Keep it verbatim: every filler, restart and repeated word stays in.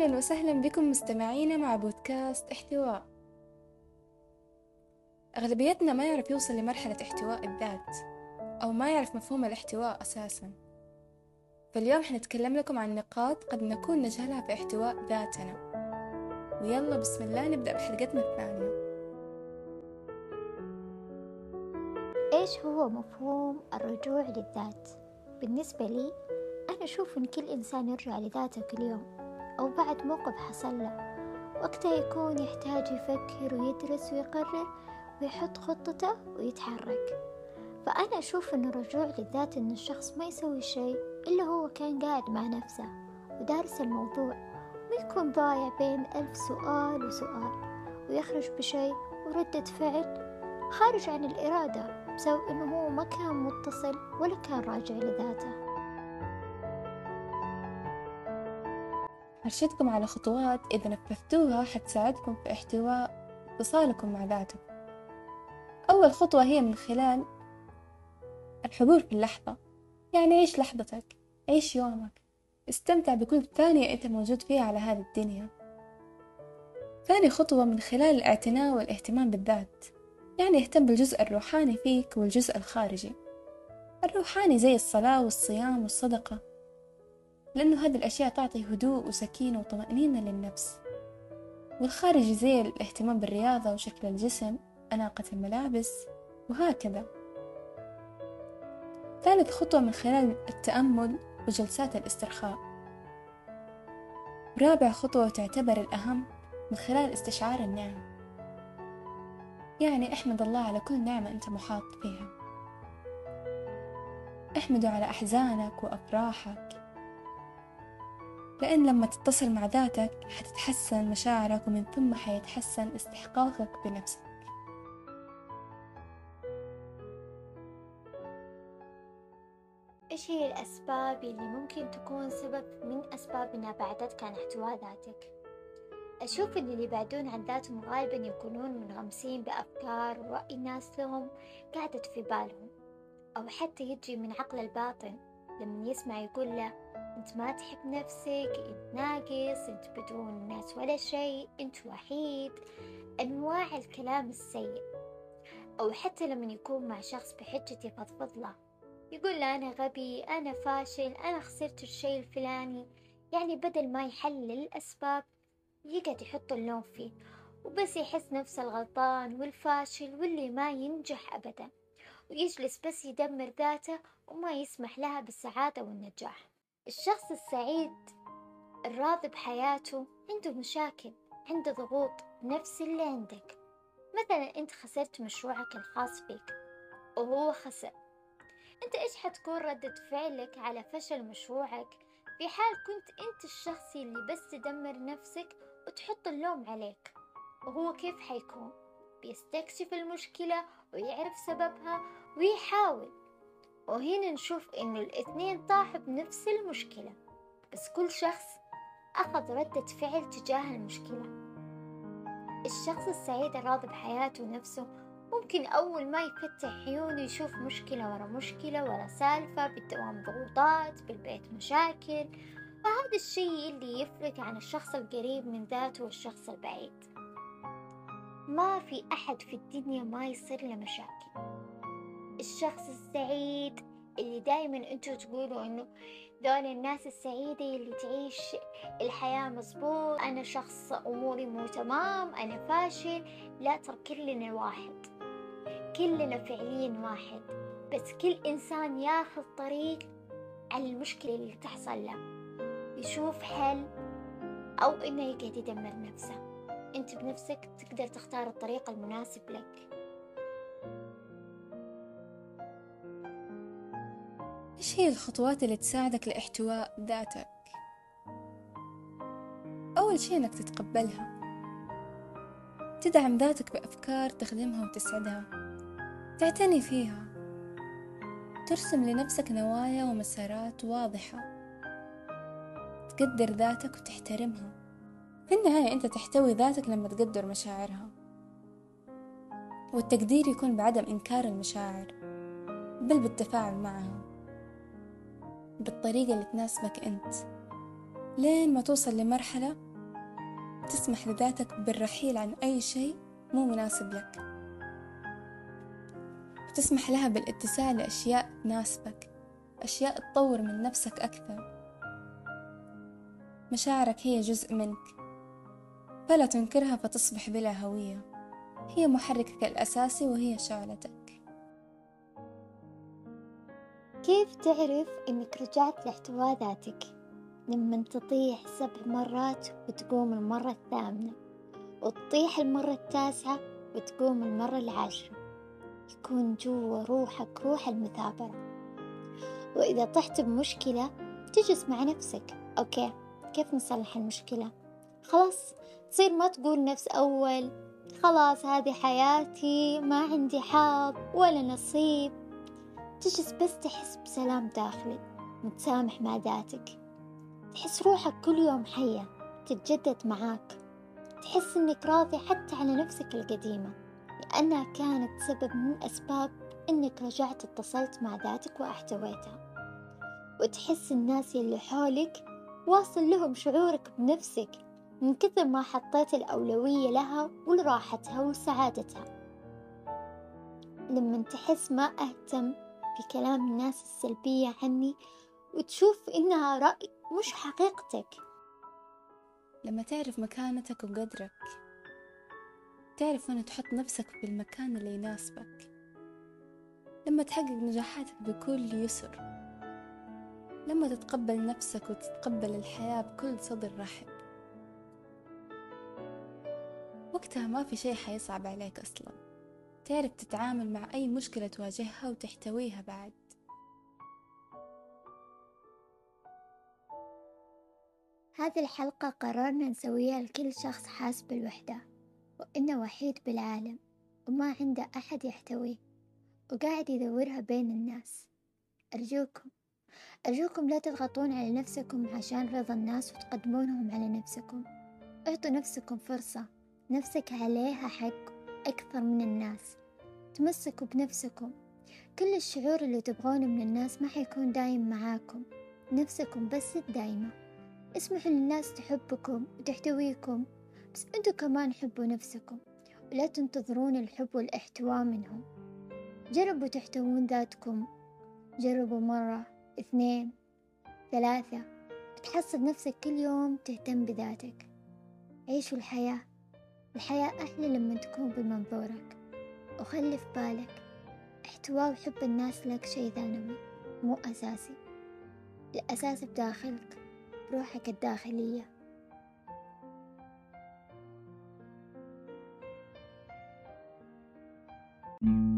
أهلا وسهلا بكم مستمعينا مع بودكاست احتواء. أغلبيتنا ما يعرف يوصل لمرحلة احتواء الذات، أو ما يعرف مفهوم الاحتواء أساسا. فاليوم حنتكلم لكم عن نقاط قد نكون نجهلها في احتواء ذاتنا. ويلا بسم الله نبدأ بحلقتنا الثانية. إيش هو مفهوم الرجوع للذات؟ بالنسبة لي أنا أشوف إن كل إنسان يرجع لذاته كل يوم أو بعد موقف حصل له، وقتها يكون يحتاج يفكر ويدرس ويقرر ويحط خطته ويتحرك. فأنا أشوف إن الرجوع للذات إن الشخص ما يسوي شيء إلا هو كان قاعد مع نفسه ودارس الموضوع، ما يكون ضايع بين ألف سؤال وسؤال ويخرج بشيء وردة فعل خارج عن الإرادة بسبب إنه هو ما كان متصل ولا كان راجع لذاته. هرشدكم على خطوات إذا نفذتوها حتساعدكم في احتواء اتصالكم مع ذاتكم. أول خطوة هي من خلال الحضور في اللحظة، يعني عيش لحظتك، عيش يومك، استمتع بكل ثانية أنت موجود فيها على هذه الدنيا. ثاني خطوة من خلال الاعتناء والاهتمام بالذات، يعني اهتم بالجزء الروحاني فيك والجزء الخارجي. الروحاني زي الصلاة والصيام والصدقة، لأنه هذه الأشياء تعطي هدوء وسكينة وطمأنينة للنفس. والخارجي زي الاهتمام بالرياضة وشكل الجسم، أناقة الملابس، وهكذا. ثالث خطوة من خلال التأمل وجلسات الاسترخاء. رابع خطوة تعتبر الأهم من خلال استشعار النعم، يعني احمد الله على كل نعمة أنت محاط فيها. احمده على أحزانك وأفراحك، لأن لما تتصل مع ذاتك حتتحسن مشاعرك، ومن ثم حيتحسن استحقاقك بنفسك. إيش هي الأسباب اللي ممكن تكون سبب من أسباب إنها بعدتك عن احتواء ذاتك؟ أشوف إن اللي بعدون عن ذاتهم غالبا يكونون منغمسين بأفكار ورأي الناس لهم قعدت في بالهم، أو حتى يجي من عقل الباطن لما يسمع يقول له أنت ما تحب نفسك، أنت ناقص، أنت بدون ناس ولا شيء، أنت وحيد، أنواع الكلام السيء. أو حتى لما يكون مع شخص بحجة يفضفض له يقول له أنا غبي، أنا فاشل، أنا خسرت الشيء الفلاني، يعني بدل ما يحلل الأسباب يقعد يحط اللوم فيه، وبس يحس نفسه الغلطان والفاشل واللي ما ينجح أبدا، ويجلس بس يدمر ذاته وما يسمح لها بالسعادة والنجاح. الشخص السعيد الراضي بحياته عنده مشاكل، عنده ضغوط نفس اللي عندك. مثلا أنت خسرت مشروعك الخاص فيك وهو خسر، أنت إيش حتكون ردة فعلك على فشل مشروعك في حال كنت أنت الشخص اللي بس تدمر نفسك وتحط اللوم عليك؟ وهو كيف حيكون؟ بيستكشف المشكلة ويعرف سببها ويحاول. وهنا نشوف إنه الاثنين طاحوا بنفس المشكلة، بس كل شخص أخذ ردة فعل تجاه المشكلة. الشخص السعيد الراضي بحياته نفسه ممكن أول ما يفتح عيونه يشوف مشكلة ورا مشكلة ورا سالفة، بالدوام ضغوطات، بالبيت مشاكل. فهذا الشيء اللي يفرق عن الشخص القريب من ذاته والشخص البعيد. ما في أحد في الدنيا ما يصير له مشاكل. الشخص السعيد اللي دايما انتوا تقولوا انه دول الناس السعيدة اللي تعيش الحياة مظبوط، انا شخص اموري مو تمام، انا فاشل. لا، ترى كلنا واحد، كلنا فعليا واحد، بس كل انسان ياخذ طريق على المشكلة اللي تحصل له، يشوف حل او انه يقعد يدمر نفسه. انت بنفسك تقدر تختار الطريق المناسب لك. إيش هي الخطوات اللي تساعدك لاحتواء ذاتك؟ أول شيء إنك تتقبلها، تدعم ذاتك بأفكار تخدمها وتسعدها، تعتني فيها، ترسم لنفسك نوايا ومسارات واضحة، تقدر ذاتك وتحترمها. في النهاية أنت تحتوي ذاتك لما تقدر مشاعرها، والتقدير يكون بعدم إنكار المشاعر، بل بالتفاعل معها بالطريقة اللي تناسبك أنت، لين ما توصل لمرحلة تسمح لذاتك بالرحيل عن أي شيء مو مناسب لك، وتسمح لها بالاتساع لأشياء تناسبك، أشياء تطور من نفسك أكثر. مشاعرك هي جزء منك، فلا تنكرها فتصبح بلا هوية. هي محركك الأساسي وهي شعلتك. كيف تعرف إنك رجعت لاحتواء ذاتك؟ لما تطيح سبع مرات وتقوم المرة الثامنة، وتطيح المرة التاسعة وتقوم المرة العاشرة، يكون جوا روحك روح المثابرة. وإذا طحت بمشكلة تجلس مع نفسك، أوكي كيف نصلح المشكلة؟ خلاص تصير ما تقول نفس أول خلاص هذه حياتي ما عندي حظ ولا نصيب. تجلس بس تحس بسلام داخلي، متسامح مع ذاتك، تحس روحك كل يوم حية تتجدد معاك، تحس إنك راضي حتى على نفسك القديمة، لأنها كانت سبب من أسباب إنك رجعت اتصلت مع ذاتك واحتويتها. وتحس الناس اللي حولك واصل لهم شعورك بنفسك من كثر ما حطيت الأولوية لها ولراحتها وسعادتها. لما تحس ما أهتم بكلام الناس السلبية عني وتشوف إنها رأي مش حقيقتك. لما تعرف مكانتك وقدرك، تعرف أن تحط نفسك في المكان اللي يناسبك. لما تحقق نجاحاتك بكل يسر، لما تتقبل نفسك وتتقبل الحياة بكل صدر رحب، وقتها ما في شيء حيصعب عليك أصلا. تعرف تتعامل مع أي مشكلة تواجهها وتحتويها بعد. هذه الحلقة قررنا نسويها لكل شخص حاس بالوحدة وإنه وحيد بالعالم وما عنده أحد يحتويه وقاعد يدورها بين الناس. أرجوكم أرجوكم لا تضغطون على نفسكم عشان رضا الناس وتقدمونهم على نفسكم. اعطوا نفسكم فرصة، نفسك عليها حق أكثر من الناس. تمسكوا بنفسكم، كل الشعور اللي تبغونه من الناس ما حيكون دايم معاكم، نفسكم بس الدايمة. اسمحوا للناس تحبكم وتحتويكم، بس انتوا كمان حبوا نفسكم ولا تنتظرون الحب والاحتواء منهم. جربوا تحتوون ذاتكم، جربوا مرة اثنين ثلاثة، بتحصل نفسك كل يوم تهتم بذاتك. عيشوا الحياة، الحياة أحلى لما تكون بمنظورك. وخلي في بالك احتواء وحب الناس لك شيء ثانوي مو أساسي، الأساس بداخلك، بروحك الداخلية. thank you